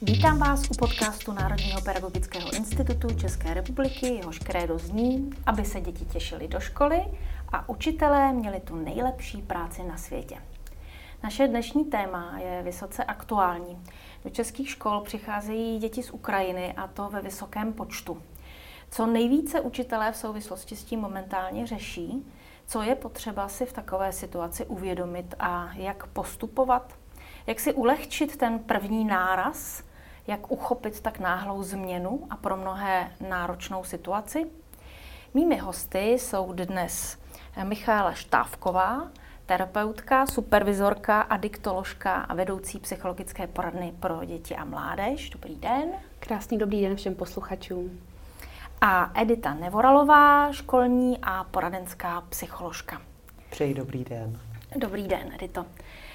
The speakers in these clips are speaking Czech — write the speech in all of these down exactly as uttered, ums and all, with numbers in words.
Vítám vás u podcastu Národního pedagogického institutu České republiky, jehož krédo zní, aby se děti těšily do školy a učitelé měli tu nejlepší práci na světě. Naše dnešní téma je vysoce aktuální. Do českých škol přicházejí děti z Ukrajiny, a to ve vysokém počtu. Co nejvíce učitelé v souvislosti s tím momentálně řeší, co je potřeba si v takové situaci uvědomit a jak postupovat, jak si ulehčit ten první náraz, jak uchopit tak náhlou změnu a pro mnohé náročnou situaci. Mými hosty jsou dnes Michaela Štávková, terapeutka, supervizorka, adiktoložka a vedoucí psychologické poradny pro děti a mládež. Dobrý den. Krásný dobrý den všem posluchačům. A Edita Nevoralová, školní a poradenská psycholožka. Přeji dobrý den. Dobrý den, Edito.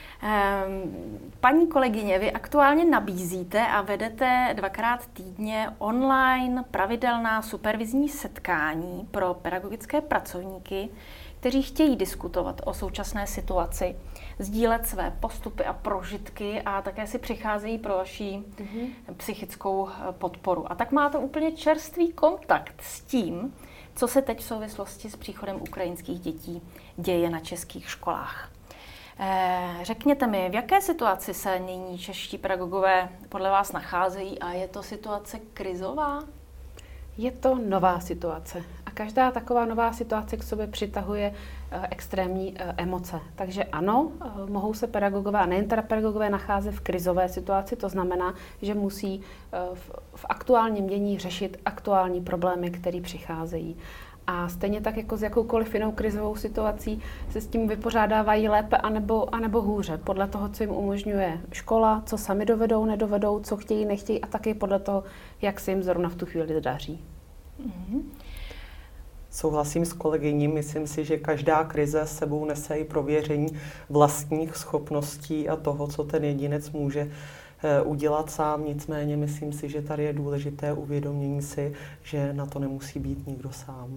Paní kolegyně, vy aktuálně nabízíte a vedete dvakrát týdně online pravidelná supervizní setkání pro pedagogické pracovníky, kteří chtějí diskutovat o současné situaci, sdílet své postupy a prožitky a také si přicházejí pro vaši mm-hmm. psychickou podporu. A tak máte úplně čerstvý kontakt s tím, co se teď v souvislosti s příchodem ukrajinských dětí děje na českých školách. Řekněte mi, v jaké situaci se nyní čeští pedagogové podle vás nacházejí a je to situace krizová? Je to nová situace a každá taková nová situace k sobě přitahuje extrémní emoce. Takže ano, mohou se pedagogové a nejen teda pedagogové nacházet v krizové situaci, to znamená, že musí v aktuálním dění řešit aktuální problémy, které přicházejí. A stejně tak jako s jakoukoliv jinou krizovou situací se s tím vypořádávají lépe anebo, anebo hůře, podle toho, co jim umožňuje škola, co sami dovedou, nedovedou, co chtějí, nechtějí a taky podle toho, jak se jim zrovna v tu chvíli daří. Mm-hmm. Souhlasím s kolegyní, myslím si, že každá krize s sebou nese i prověření vlastních schopností a toho, co ten jedinec může udělat sám, nicméně myslím si, že tady je důležité uvědomění si, že na to nemusí být nikdo sám.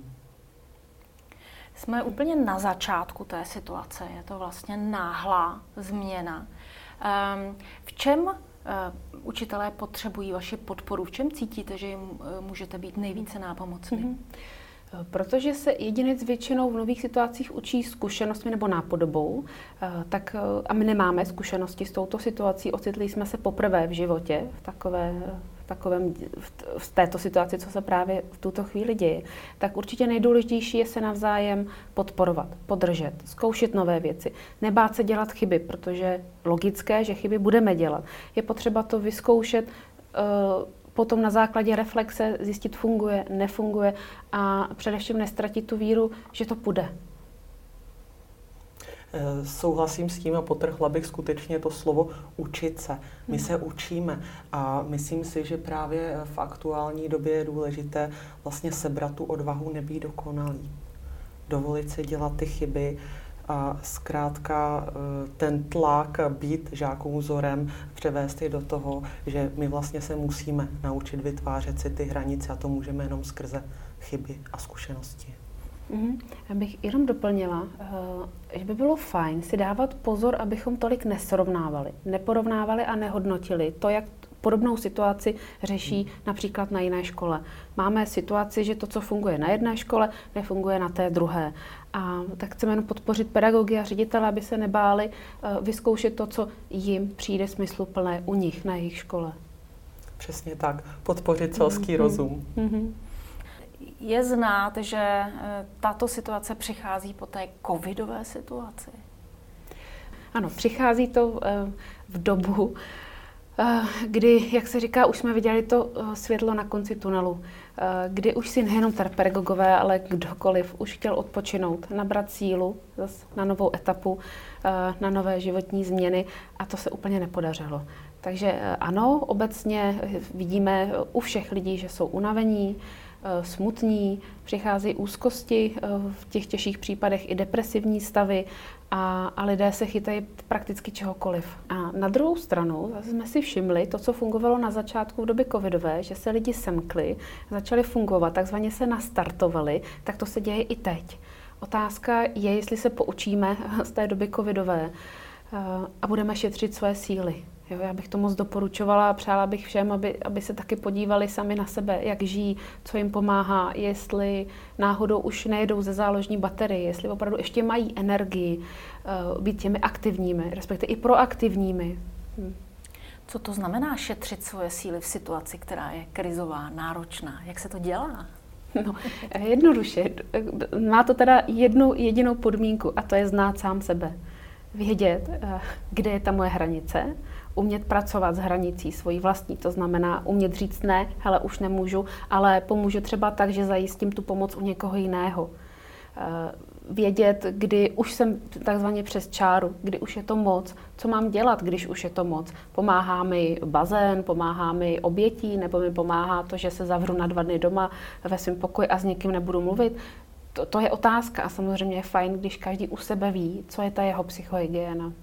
Jsme úplně na začátku té situace, je to vlastně náhlá změna. V čem učitelé potřebují vaši podporu? V čem cítíte, že jim můžete být nejvíce nápomocní? Mm-hmm. Protože se jedinec většinou v nových situacích učí zkušenostmi nebo nápodobou, tak a my nemáme zkušenosti s touto situací, ocitli jsme se poprvé v životě v takové, v takovém, v této situaci, co se právě v tuto chvíli děje, tak určitě nejdůležitější je se navzájem podporovat, podržet, zkoušet nové věci, nebát se dělat chyby, protože logické, že chyby budeme dělat. Je potřeba to vyzkoušet, potom na základě reflexe zjistit, funguje, nefunguje a především nestratit tu víru, že to půjde. Souhlasím s tím a potrhla bych skutečně to slovo učit se. My se učíme a myslím si, že právě v aktuální době je důležité vlastně sebrat tu odvahu nebýt dokonalý. Dovolit si dělat ty chyby a zkrátka ten tlak být žákům vzorem převést je do toho, že my vlastně se musíme naučit vytvářet si ty hranice a to můžeme jenom skrze chyby a zkušenosti. Mm-hmm. Já bych jenom doplnila, že by bylo fajn si dávat pozor, abychom tolik nesrovnávali, neporovnávali a nehodnotili to, jak podobnou situaci řeší například na jiné škole. Máme situaci, že to, co funguje na jedné škole, nefunguje na té druhé. A tak chceme jenom podpořit pedagogy a ředitele, aby se nebáli vyzkoušet to, co jim přijde smysluplné u nich na jejich škole. Přesně tak. Podpořit selský mm-hmm. rozum. Mm-hmm. Je znát, že tato situace přichází po té covidové situaci? Ano, přichází to v dobu, kdy, jak se říká, už jsme viděli to světlo na konci tunelu, kdy už si nejenom pedagogové, ale kdokoliv už chtěl odpočinout, nabrat sílu zase na novou etapu, na nové životní změny a to se úplně nepodařilo. Takže ano, obecně vidíme u všech lidí, že jsou unavení, smutní, přicházejí úzkosti, v těch těžších případech i depresivní stavy a, a lidé se chytají prakticky čehokoliv. A na druhou stranu jsme si všimli to, co fungovalo na začátku v době covidové, že se lidi semkli, začali fungovat, takzvaně se nastartovali, tak to se děje i teď. Otázka je, jestli se poučíme z té doby covidové a budeme šetřit své síly. Jo, já bych to moc doporučovala a přála bych všem, aby, aby se taky podívali sami na sebe, jak žijí, co jim pomáhá, jestli náhodou už nejedou ze záložní baterie, jestli opravdu ještě mají energii uh, být těmi aktivními, respektive i proaktivními. Hm. Co to znamená šetřit svoje síly v situaci, která je krizová, náročná? Jak se to dělá? No, jednoduše. Má to teda jednu jedinou podmínku a to je znát sám sebe. Vědět, kde je ta moje hranice, umět pracovat s hranicí svojí vlastní, to znamená umět říct ne, hele, už nemůžu, ale pomůžu třeba tak, že zajistím tu pomoc u někoho jiného. Vědět, kdy už jsem takzvaně přes čáru, kdy už je to moc, co mám dělat, když už je to moc. Pomáhá mi bazén, pomáhá mi obětí, nebo mi pomáhá to, že se zavřu na dva dny doma ve svém pokoji a s někým nebudu mluvit. To, to je otázka a samozřejmě je fajn, když každý u sebe ví, co je ta jeho psychohygiena.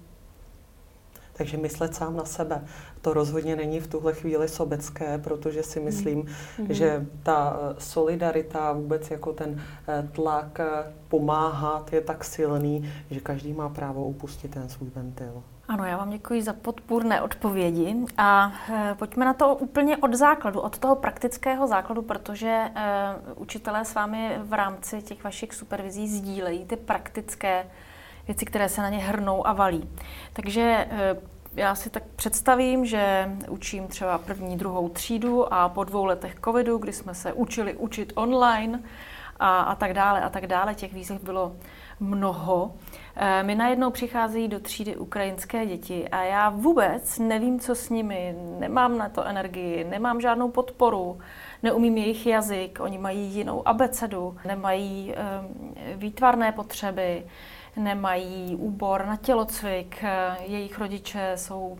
Takže myslet sám na sebe. To rozhodně není v tuhle chvíli sobecké, protože si myslím, mm. že ta solidarita, vůbec jako ten tlak pomáhat je tak silný, že každý má právo upustit ten svůj ventil. Ano, já vám děkuji za podpůrné odpovědi a e, pojďme na to úplně od základu, od toho praktického základu, protože e, učitelé s vámi v rámci těch vašich supervizí sdílejí ty praktické věci, které se na ně hrnou a valí. Takže e, já si tak představím, že učím třeba první, druhou třídu a po dvou letech covidu, kdy jsme se učili učit online a, a tak dále a tak dále, těch výzev bylo mnoho. Mi najednou přicházejí do třídy ukrajinské děti a já vůbec nevím, co s nimi, nemám na to energii, nemám žádnou podporu, neumím jejich jazyk, oni mají jinou abecedu, nemají výtvarné potřeby, nemají úbor na tělocvik, jejich rodiče jsou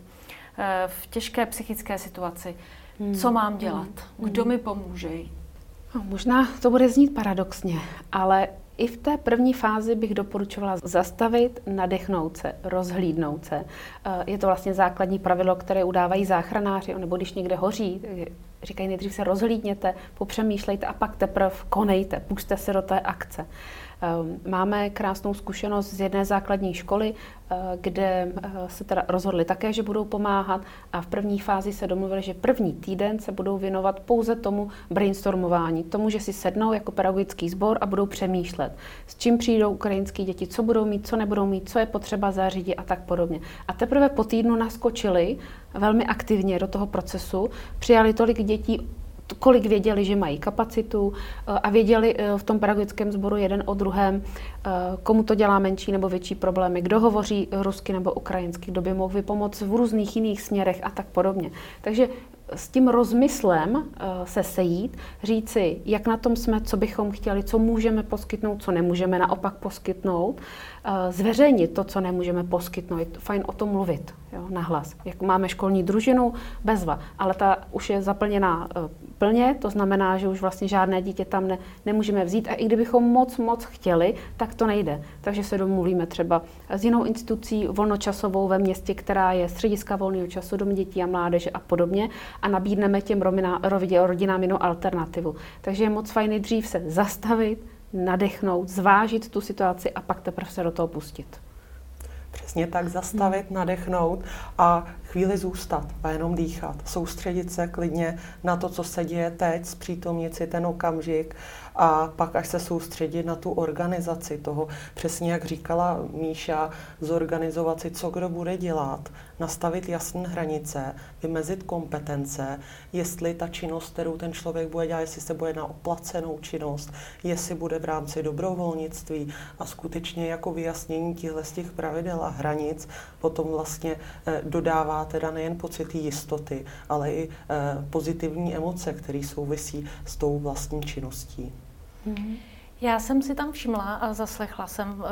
v těžké psychické situaci. Hmm. Co mám dělat? Kdo mi pomůže? No, možná to bude znít paradoxně, ale i v té první fázi bych doporučovala zastavit, nadechnout se, rozhlídnout se. Je to vlastně základní pravidlo, které udávají záchranáři, nebo když někde hoří, říkají nejdřív se rozhlídněte, popřemýšlejte a pak teprve konejte, pusťte se do té akce. Máme krásnou zkušenost z jedné základní školy, kde se teda rozhodli také, že budou pomáhat a v první fázi se domluvili, že první týden se budou věnovat pouze tomu brainstormování, tomu, že si sednou jako pedagogický sbor a budou přemýšlet, s čím přijdou ukrajinské děti, co budou mít, co nebudou mít, co je potřeba zařídit a tak podobně. A teprve po týdnu naskočili velmi aktivně do toho procesu, přijali tolik dětí, kolik věděli, že mají kapacitu a věděli v tom pedagogickém sboru jeden o druhém, komu to dělá menší nebo větší problémy, kdo hovoří rusky nebo ukrajinsky, kdo by mohl vypomoct v různých jiných směrech a tak podobně. Takže s tím rozmyslem se sejít, říci, jak na tom jsme, co bychom chtěli, co můžeme poskytnout, co nemůžeme naopak poskytnout, zveřejnit to, co nemůžeme poskytnout. Je fajn o tom mluvit, jo, nahlas. Jak máme školní družinu, bezva, ale ta už je zaplněná plně, to znamená, že už vlastně žádné dítě tam ne, nemůžeme vzít a i kdybychom moc, moc chtěli, tak to nejde. Takže se domluvíme třeba s jinou institucí volnočasovou ve městě, která je střediska volného času, dom dětí a mládeže a podobně a nabídneme těm rodinám jinou alternativu. Takže je moc fajn nejdřív se zastavit, nadechnout, zvážit tu situaci a pak teprve se do toho pustit. Přesně tak, zastavit, hmm. nadechnout a chvíli zůstat a jenom dýchat. Soustředit se klidně na to, co se děje teď, zpřítomnit si ten okamžik a pak až se soustředit na tu organizaci toho, přesně jak říkala Míša, zorganizovat si, co kdo bude dělat, nastavit jasné hranice, vymezit kompetence, jestli ta činnost, kterou ten člověk bude dělat, jestli se bude na oplacenou činnost, jestli bude v rámci dobrovolnictví a skutečně jako vyjasnění těchto z těch pravidel a hranic potom vlastně eh, dodává teda nejen pocity jistoty, ale i eh, pozitivní emoce, které souvisí s tou vlastní činností. Mm-hmm. Já jsem si tam všimla a zaslechla jsem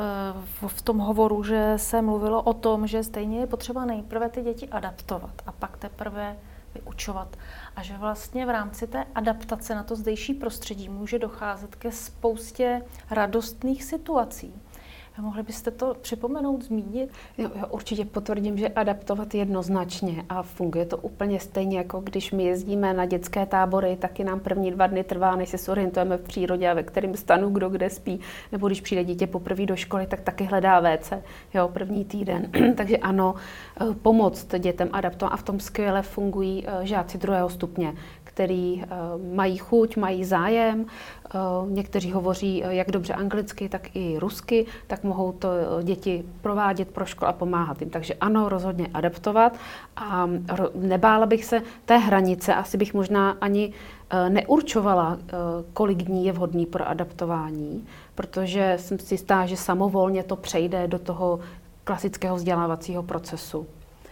v tom hovoru, že se mluvilo o tom, že stejně je potřeba nejprve ty děti adaptovat a pak teprve vyučovat. A že vlastně v rámci té adaptace na to zdejší prostředí může docházet ke spoustě radostných situací. Mohli byste to připomenout, zmínit? Jo, jo, určitě potvrdím, že adaptovat jednoznačně a funguje to úplně stejně, jako když my jezdíme na dětské tábory, taky nám první dva dny trvá, než se zorientujeme v přírodě a ve kterém stanu kdo kde spí, nebo když přijde dítě poprvé do školy, tak taky hledá vé cé, jo, první týden. Takže ano, pomoct dětem adaptovat a v tom skvěle fungují žáci druhého stupně, který mají chuť, mají zájem, někteří hovoří jak dobře anglicky, tak i rusky, tak mohou to děti provádět pro školu a pomáhat jim. Takže ano, rozhodně adaptovat a nebála bych se té hranice, asi bych možná ani neurčovala, kolik dní je vhodný pro adaptování, protože jsem si jistá, že samovolně to přejde do toho klasického vzdělávacího procesu.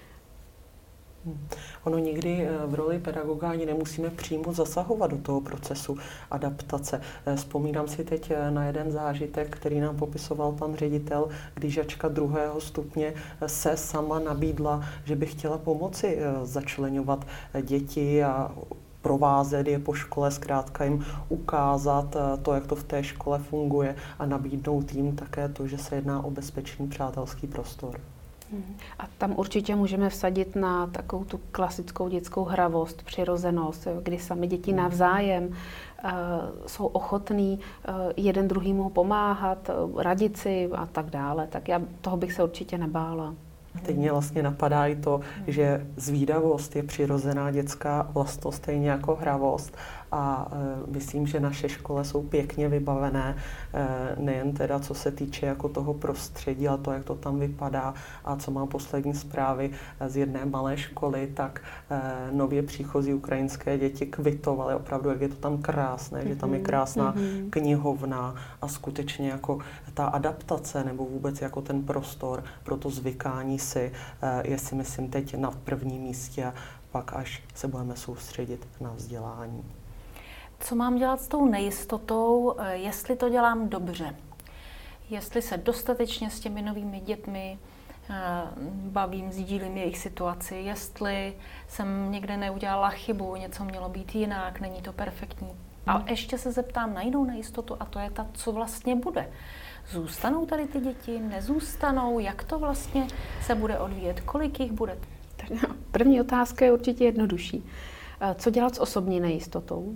Ono nikdy v roli pedagoga ani nemusíme přímo zasahovat do toho procesu adaptace. Vzpomínám si teď na jeden zážitek, který nám popisoval pan ředitel, kdy žačka druhého stupně se sama nabídla, že by chtěla pomoci začleňovat děti a provázet je po škole, zkrátka jim ukázat to, jak to v té škole funguje a nabídnout jim také to, že se jedná o bezpečný přátelský prostor. A tam určitě můžeme vsadit na takovou tu klasickou dětskou hravost, přirozenost, kdy sami děti navzájem uh, jsou ochotní uh, jeden druhýmu pomáhat, uh, radit si a tak dále. Tak já toho bych se určitě nebála. Teď mě vlastně napadá i to, že zvídavost je přirozená dětská vlastnost, stejně jako hravost. A e, myslím, že naše školy jsou pěkně vybavené, e, nejen teda co se týče jako toho prostředí, ale to, jak to tam vypadá. A co mám poslední zprávy z jedné malé školy, tak e, nově příchozí ukrajinské děti kvitovaly opravdu, jak je to tam krásné, mm-hmm. že tam je krásná mm-hmm. knihovna a skutečně jako ta adaptace nebo vůbec jako ten prostor pro to zvykání si e, je si myslím teď na prvním místě, pak až se budeme soustředit na vzdělání. Co mám dělat s tou nejistotou, jestli to dělám dobře? Jestli se dostatečně s těmi novými dětmi bavím, sdílím jejich situaci, jestli jsem někde neudělala chybu, něco mělo být jinak, není to perfektní. A ještě se zeptám na jinou nejistotu a to je ta, co vlastně bude. Zůstanou tady ty děti, nezůstanou, jak to vlastně se bude odvíjet, kolik jich bude? První otázka je určitě jednodušší. Co dělat s osobní nejistotou?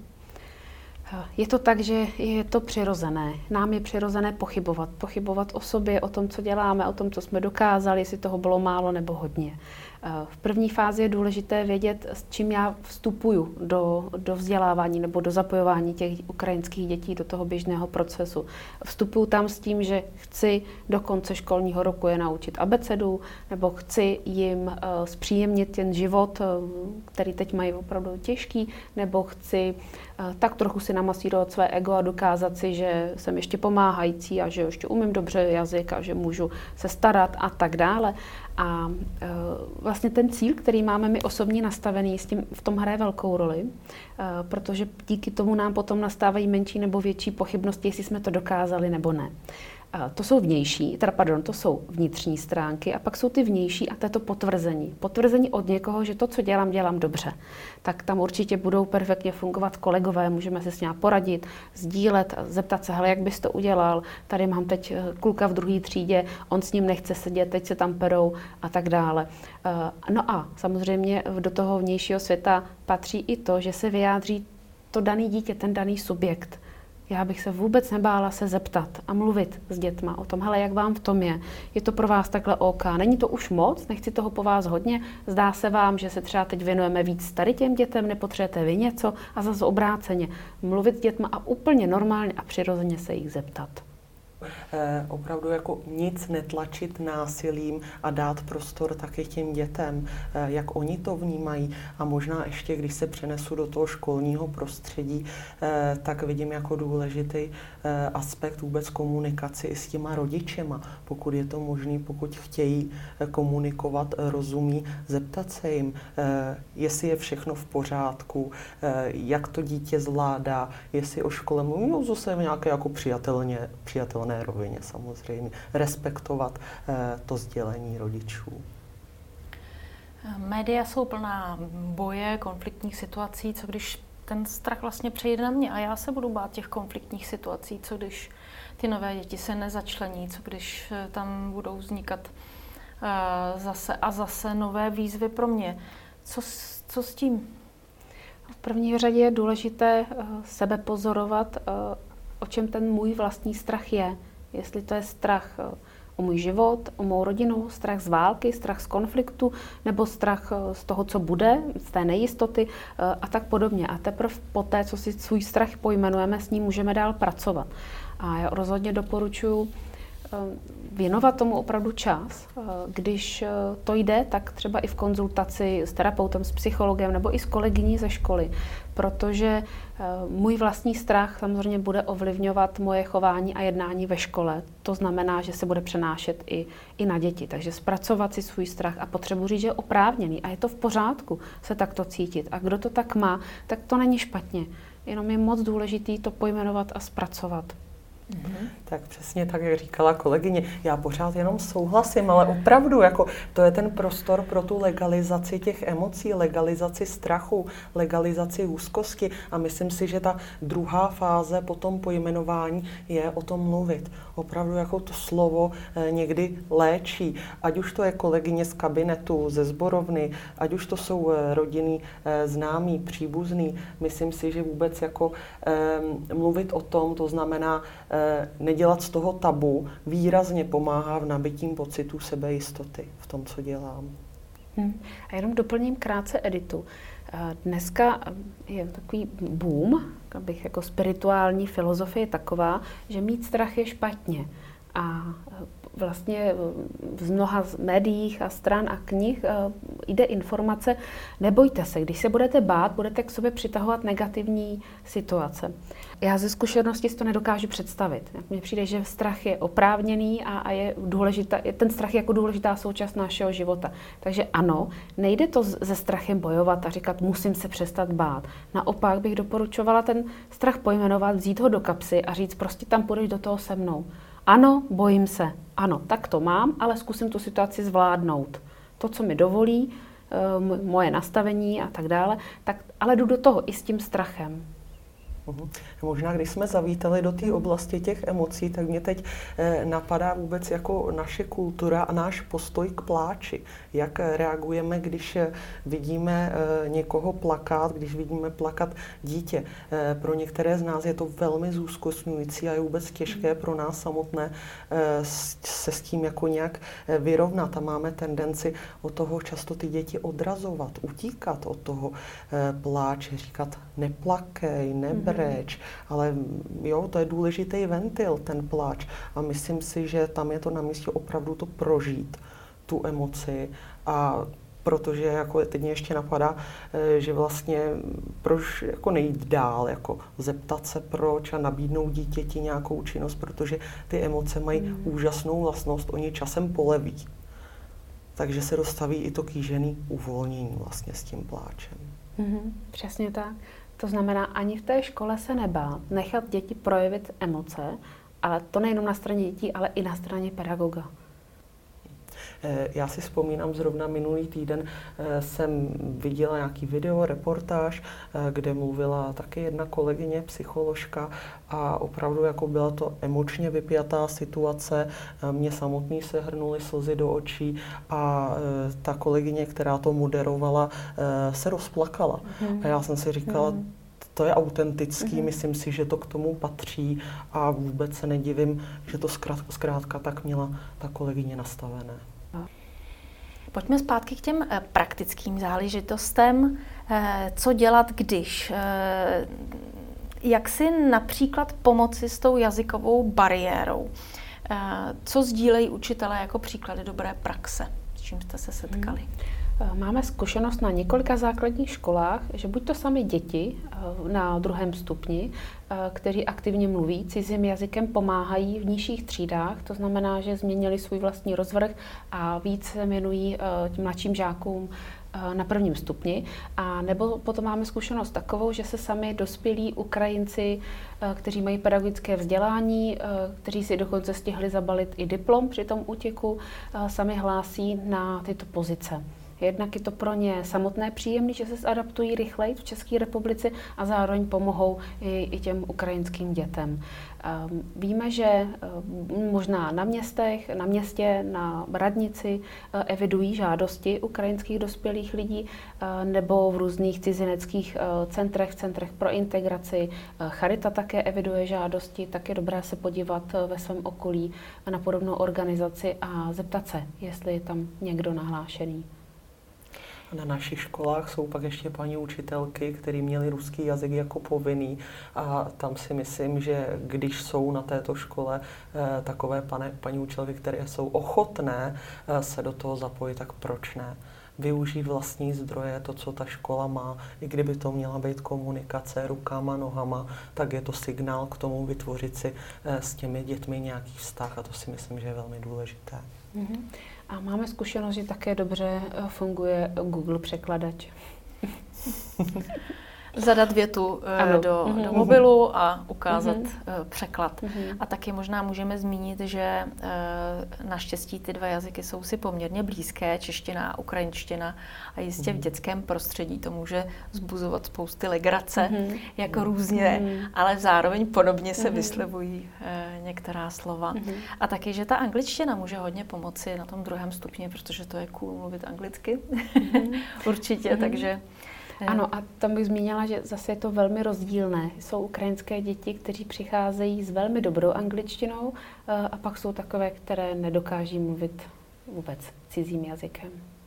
Je to tak, že je to přirozené. Nám je přirozené pochybovat. Pochybovat o sobě, o tom, co děláme, o tom, co jsme dokázali, jestli toho bylo málo nebo hodně. V první fázi je důležité vědět, s čím já vstupuju do, do vzdělávání nebo do zapojování těch ukrajinských dětí do toho běžného procesu. Vstupuju tam s tím, že chci do konce školního roku je naučit abecedu, nebo chci jim uh, zpříjemnit ten život, uh, který teď mají opravdu těžký, nebo chci uh, tak trochu si namasírovat své ego a dokázat si, že jsem ještě pomáhající a že ještě umím dobře jazyk a že můžu se starat a tak dále. A uh, vlastně ten cíl, který máme my osobně nastavený, s tím v tom hraje velkou roli, uh, protože díky tomu nám potom nastávají menší nebo větší pochybnosti, jestli jsme to dokázali nebo ne. Uh, to jsou vnější, teda pardon, to jsou vnitřní stránky a pak jsou ty vnější a to je to potvrzení. Potvrzení od někoho, že to, co dělám, dělám dobře. Tak tam určitě budou perfektně fungovat kolegové, můžeme se s ním poradit, sdílet, zeptat se, hele, jak bys to udělal, tady mám teď kluka v druhé třídě, on s ním nechce sedět, teď se tam perou a tak dále. Uh, no a samozřejmě do toho vnějšího světa patří i to, že se vyjádří to daný dítě, ten daný subjekt. Já bych se vůbec nebála se zeptat a mluvit s dětma o tom, hele, jak vám v tom je, je to pro vás takhle OK, není to už moc, nechci toho po vás hodně, zdá se vám, že se třeba teď věnujeme víc tady těm dětem, nepotřebujete vy něco a zase obráceně mluvit s dětma a úplně normálně a přirozeně se jich zeptat. Eh, opravdu jako nic netlačit násilím a dát prostor taky těm dětem, eh, jak oni to vnímají. A možná ještě, když se přenesu do toho školního prostředí, eh, tak vidím jako důležitý eh, aspekt vůbec komunikaci i s těma rodičema. Pokud je to možné, pokud chtějí eh, komunikovat, eh, rozumí, zeptat se jim, eh, jestli je všechno v pořádku, eh, jak to dítě zvládá, jestli o škole mluví, no zase v nějaké jako přijatelně, přijatelné rovině samozřejmě. Respektovat eh, to sdělení rodičů. Média jsou plná boje, konfliktních situací, co když ten strach vlastně přejde na mě a já se budu bát těch konfliktních situací, co když ty nové děti se nezačlení, co když tam budou vznikat zase a zase nové výzvy pro mě. Co, co s tím? V první řadě je důležité sebe pozorovat, o čem ten můj vlastní strach je. Jestli to je strach o můj život, o mou rodinu, strach z války, strach z konfliktu, nebo strach z toho, co bude, z té nejistoty a tak podobně. A teprve poté, co si svůj strach pojmenujeme, s ním můžeme dál pracovat. A já rozhodně doporučuji věnovat tomu opravdu čas. Když to jde, tak třeba i v konzultaci s terapeutem, s psychologem nebo i s kolegyní ze školy, protože můj vlastní strach samozřejmě bude ovlivňovat moje chování a jednání ve škole. To znamená, že se bude přenášet i, i na děti. Takže zpracovat si svůj strach a potřebuji říct, že je oprávněný a je to v pořádku se takto cítit. A kdo to tak má, tak to není špatně. Jenom je moc důležitý to pojmenovat a zpracovat. Mm-hmm. Tak přesně tak, jak říkala kolegyně. Já pořád jenom souhlasím, ale opravdu, jako, to je ten prostor pro tu legalizaci těch emocí, legalizaci strachu, legalizaci úzkosti a myslím si, že ta druhá fáze po tom pojmenování je o tom mluvit. Opravdu jako to slovo eh, někdy léčí. Ať už to je kolegyně z kabinetu, ze sborovny, ať už to jsou eh, rodinný eh, známí, příbuzný. Myslím si, že vůbec jako eh, mluvit o tom, to znamená nedělat z toho tabu, výrazně pomáhá v nabitím pocitu sebejistoty v tom, co dělám. Hmm. A jenom doplním krátce Editu. Dneska je takový boom, abych jako spirituální filozofie taková, že mít strach je špatně. A vlastně z mnoha médiích a stran a knih jde informace, nebojte se, když se budete bát, budete k sobě přitahovat negativní situace. Já ze zkušenosti si to nedokážu představit. Mně přijde, že strach je oprávněný a, a je důležitá, je ten strach je jako důležitá součást našeho života. Takže ano, nejde to se strachem bojovat a říkat, musím se přestat bát. Naopak bych doporučovala ten strach pojmenovat, vzít ho do kapsy a říct, prostě tam půjdeš do toho se mnou. Ano, bojím se. Ano, tak to mám, ale zkusím tu situaci zvládnout. To, co mi dovolí, moje nastavení a tak dále, tak, ale jdu do toho i s tím strachem. Uhum. Možná, když jsme zavítali do té oblasti těch emocí, tak mě teď eh, napadá vůbec jako naše kultura a náš postoj k pláči. Jak reagujeme, když vidíme eh, někoho plakat, když vidíme plakat dítě. Eh, pro některé z nás je to velmi zúzkostňující a je vůbec těžké pro nás samotné eh, se s tím jako nějak eh, vyrovnat. A máme tendenci od toho často ty děti odrazovat, utíkat od toho eh, pláče, říkat neplakej, nebr. Reč, ale jo, to je důležitý ventil, ten pláč. A myslím si, že tam je to na místě opravdu to prožít, tu emoci. A protože jako teď mě ještě napadá, že vlastně proč jako nejít dál, jako zeptat se proč a nabídnout dítěti nějakou činnost, protože ty emoce mají mm. úžasnou vlastnost, oni časem poleví. Takže se dostaví i to kýžený uvolnění vlastně s tím pláčem. Mm-hmm, přesně tak. To znamená, ani v té škole se nebát, nechat děti projevit emoce, ale to nejenom na straně dětí, ale i na straně pedagoga. Já si vzpomínám, zrovna minulý týden jsem viděla nějaký video, reportáž, kde mluvila taky jedna kolegyně, psycholožka a opravdu jako byla to emočně vypjatá situace. Mě samotný se hrnuly slzy do očí a ta kolegyně, která to moderovala, se rozplakala. Mm. A já jsem si říkala, mm. to je autentický, mm. myslím si, že to k tomu patří a vůbec se nedivím, že to zkrátka tak měla ta kolegyně nastavené. Pojďme zpátky k těm praktickým záležitostem. Co dělat, když? Jak si například pomoci s tou jazykovou bariérou? Co sdílejí učitelé jako příklady dobré praxe? S čím jste se setkali? Máme zkušenost na několika základních školách, že buď to sami děti na druhém stupni, kteří aktivně mluví cizím jazykem, pomáhají v nižších třídách, to znamená, že změnili svůj vlastní rozvrh a víc se věnují tím mladším žákům na prvním stupni. A nebo potom máme zkušenost takovou, že se sami dospělí Ukrajinci, kteří mají pedagogické vzdělání, kteří si dokonce stihli zabalit i diplom při tom útěku, sami hlásí na tyto pozice. Jednak je to pro ně samotné příjemné, že se zadaptují rychleji v České republice a zároveň pomohou i, i těm ukrajinským dětem. Víme, že možná na městech, na městě, na radnici evidují žádosti ukrajinských dospělých lidí nebo v různých cizineckých centrech, v centrech pro integraci. Charita také eviduje žádosti, tak je dobré se podívat ve svém okolí na podobnou organizaci a zeptat se, jestli je tam někdo nahlášený. Na našich školách jsou pak ještě paní učitelky, které měly ruský jazyk jako povinný a tam si myslím, že když jsou na této škole eh, takové pane, paní učitelky, které jsou ochotné eh, se do toho zapojit, tak proč ne? Využít vlastní zdroje, to, co ta škola má, i kdyby to měla být komunikace rukama, nohama, tak je to signál k tomu vytvořit si eh, s těmi dětmi nějaký vztah a to si myslím, že je velmi důležité. Mm-hmm. A máme zkušenost, že také dobře funguje Google překladač. Zadat větu ano. do, mm-hmm. do mobilu a ukázat mm-hmm. překlad. Mm-hmm. A taky možná můžeme zmínit, že naštěstí ty dva jazyky jsou si poměrně blízké, čeština a ukrajinština. A jistě mm-hmm. v dětském prostředí to může vzbuzovat spousty legrace, mm-hmm. jako mm-hmm. různě, mm-hmm. ale zároveň podobně se mm-hmm. vyslovují některá slova. Mm-hmm. A taky, že ta angličtina může hodně pomoci na tom druhém stupni, protože to je cool mluvit anglicky. Mm-hmm. Určitě, mm-hmm. takže... Ano, a tam bych zmínila, že zase je to velmi rozdílné. Jsou ukrajinské děti, kteří přicházejí s velmi dobrou angličtinou a pak jsou takové, které nedokáží mluvit vůbec cizím jazykem.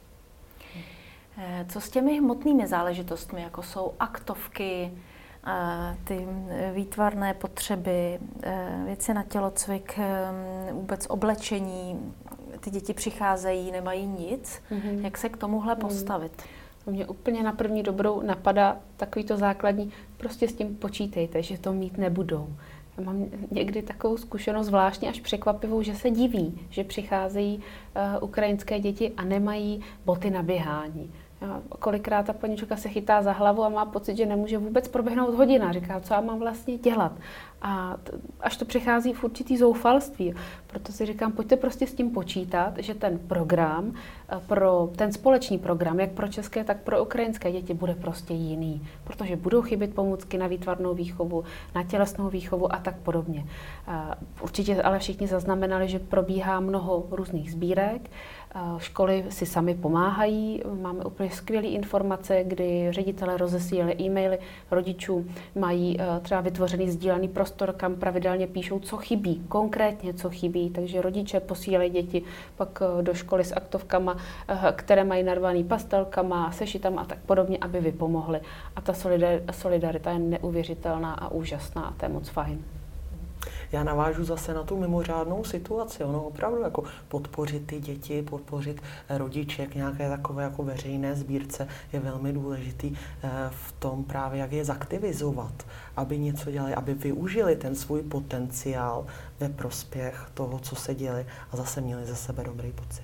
Co s těmi hmotnými záležitostmi, jako jsou aktovky, ty výtvarné potřeby, věci na tělocvik, vůbec oblečení, ty děti přicházejí, nemají nic, mm-hmm. jak se k tomuhle postavit? Mm. Mě úplně na první dobrou napadá takový to základní, prostě s tím počítejte, že to mít nebudou. Já mám někdy takovou zkušenost zvláštně až překvapivou, že se diví, že přicházejí uh, ukrajinské děti a nemají boty na běhání. A kolikrát ta panička se chytá za hlavu a má pocit, že nemůže vůbec proběhnout hodina. Říká, co já mám vlastně dělat. A t- až to přichází v určitý zoufalství. Proto si říkám, pojďte prostě s tím počítat, že ten program, pro ten společný program, jak pro české, tak pro ukrajinské děti, bude prostě jiný. Protože budou chybět pomůcky na výtvarnou výchovu, na tělesnou výchovu a tak podobně. Určitě ale všichni zaznamenali, že probíhá mnoho různých sbírek. Školy si sami pomáhají, máme úplně skvělé informace, kdy ředitelé rozesílali e-maily rodičů, mají třeba vytvořený sdílený prostor, kam pravidelně píšou, co chybí, konkrétně co chybí, takže rodiče posílají děti pak do školy s aktovkama, které mají narvaný pastelkama, sešitama a tak podobně, aby vypomohli. A ta solidarita je neuvěřitelná a úžasná a to je moc fajn. Já navážu zase na tu mimořádnou situaci, ono opravdu jako podpořit ty děti, podpořit rodiče k nějaké takové jako veřejné sbírce je velmi důležitý v tom právě, jak je zaktivizovat, aby něco dělali, aby využili ten svůj potenciál ve prospěch toho, co se děli a zase měli ze sebe dobrý pocit.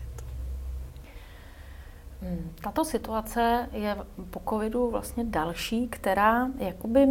Tato situace je po covidu vlastně další, která jakoby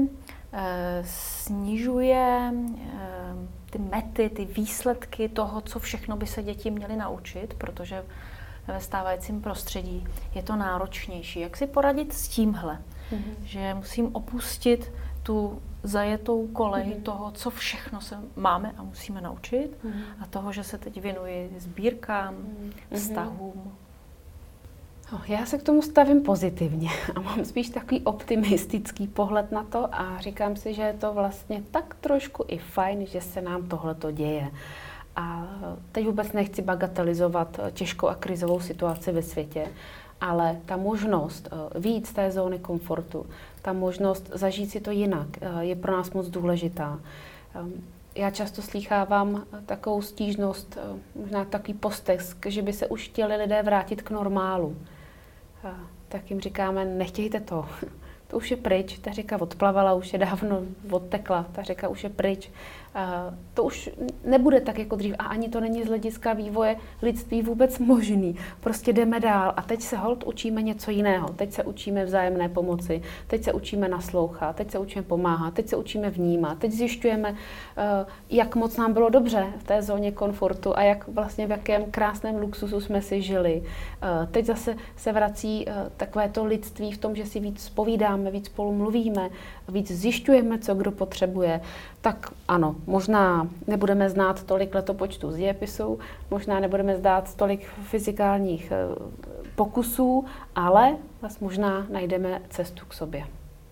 snižuje ty mety, ty výsledky toho, co všechno by se děti měly naučit, protože ve stávajícím prostředí je to náročnější. Jak si poradit s tímhle, mm-hmm. že musím opustit tu zajetou kolej mm-hmm. toho, co všechno se máme a musíme naučit mm-hmm. a toho, že se teď věnuji sbírkám, mm-hmm. vztahům. Já se k tomu stavím pozitivně a mám spíš takový optimistický pohled na to a říkám si, že je to vlastně tak trošku i fajn, že se nám tohleto děje. A teď vůbec nechci bagatelizovat těžkou a krizovou situaci ve světě, ale ta možnost vyjít z té zóny komfortu, ta možnost zažít si to jinak je pro nás moc důležitá. Já často slýchávám takovou stížnost, možná takový postesk, že by se už chtěli lidé vrátit k normálu. Tak jim říkáme, nechtějte to. to už je pryč, ta řeka odplavala, už je dávno odtekla, ta řeka už je pryč. Uh, to už nebude tak jako dřív a ani to není z hlediska vývoje lidství vůbec možný. Prostě jdeme dál a teď se holt učíme něco jiného. Teď se učíme vzájemné pomoci, teď se učíme naslouchat, teď se učíme pomáhat, teď se učíme vnímat, teď zjišťujeme, uh, jak moc nám bylo dobře v té zóně komfortu a jak vlastně v jakém krásném luxusu jsme si žili. Uh, teď zase se vrací uh, takové to lidství v tom, že si víc povídáme, víc spolu mluvíme, víc zjišťujeme, co kdo potřebuje. Tak ano, možná nebudeme znát tolik letopočtu z dějepisu, možná nebudeme znát tolik fyzikálních pokusů, ale vlastně možná najdeme cestu k sobě.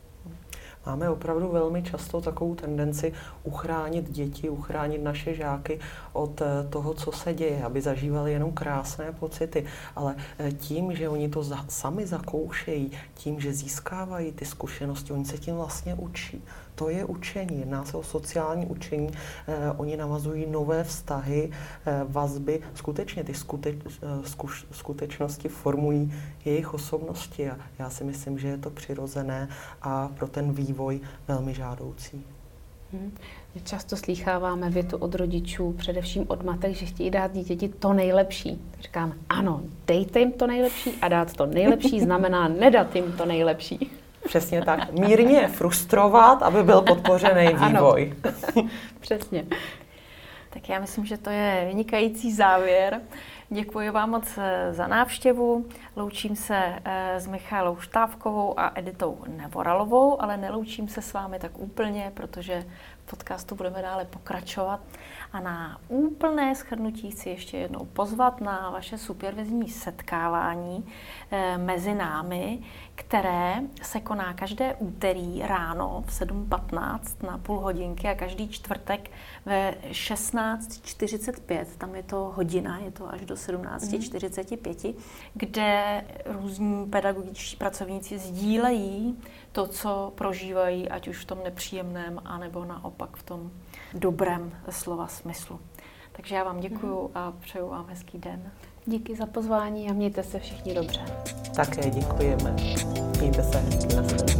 Máme opravdu velmi často takovou tendenci uchránit děti, uchránit naše žáky od toho, co se děje, aby zažívali jenom krásné pocity. Ale tím, že oni to za, sami zakoušejí, tím, že získávají ty zkušenosti, oni se tím vlastně učí. To je učení, jedná se o sociální učení, eh, oni navazují nové vztahy, eh, vazby, skutečně ty skute, eh, zkuš, skutečnosti formují jejich osobnosti a já si myslím, že je to přirozené a pro ten vývoj velmi žádoucí. Hmm. Často slýcháváme větu od rodičů, především od matek, že chtějí dát dítěti to nejlepší. Říkáme, ano, dejte jim to nejlepší a dát to nejlepší znamená nedat jim to nejlepší. Přesně tak. Mírně frustrovat, aby byl podpořený vývoj. Ano. Přesně. Tak já myslím, že to je vynikající závěr. Děkuji vám moc za návštěvu. Loučím se s Michaelou Štávkovou a Editou Nevoralovou, ale neloučím se s vámi tak úplně, protože v podcastu budeme dále pokračovat. A na úplné shrnutí chci ještě jednou pozvat na vaše supervizní setkávání e, mezi námi, které se koná každé úterý ráno v sedm patnáct na půl hodinky a každý čtvrtek ve šestnáct čtyřicet pět, tam je to hodina, je to až do sedmnáct čtyřicet pět, mm. kde různí pedagogičtí pracovníci sdílejí to, co prožívají, ať už v tom nepříjemném, anebo naopak v tom dobrém slova smyslu. Takže já vám děkuju a přeju vám hezký den. Díky za pozvání a mějte se všichni dobře. Také děkujeme. Mějte se hezky. Na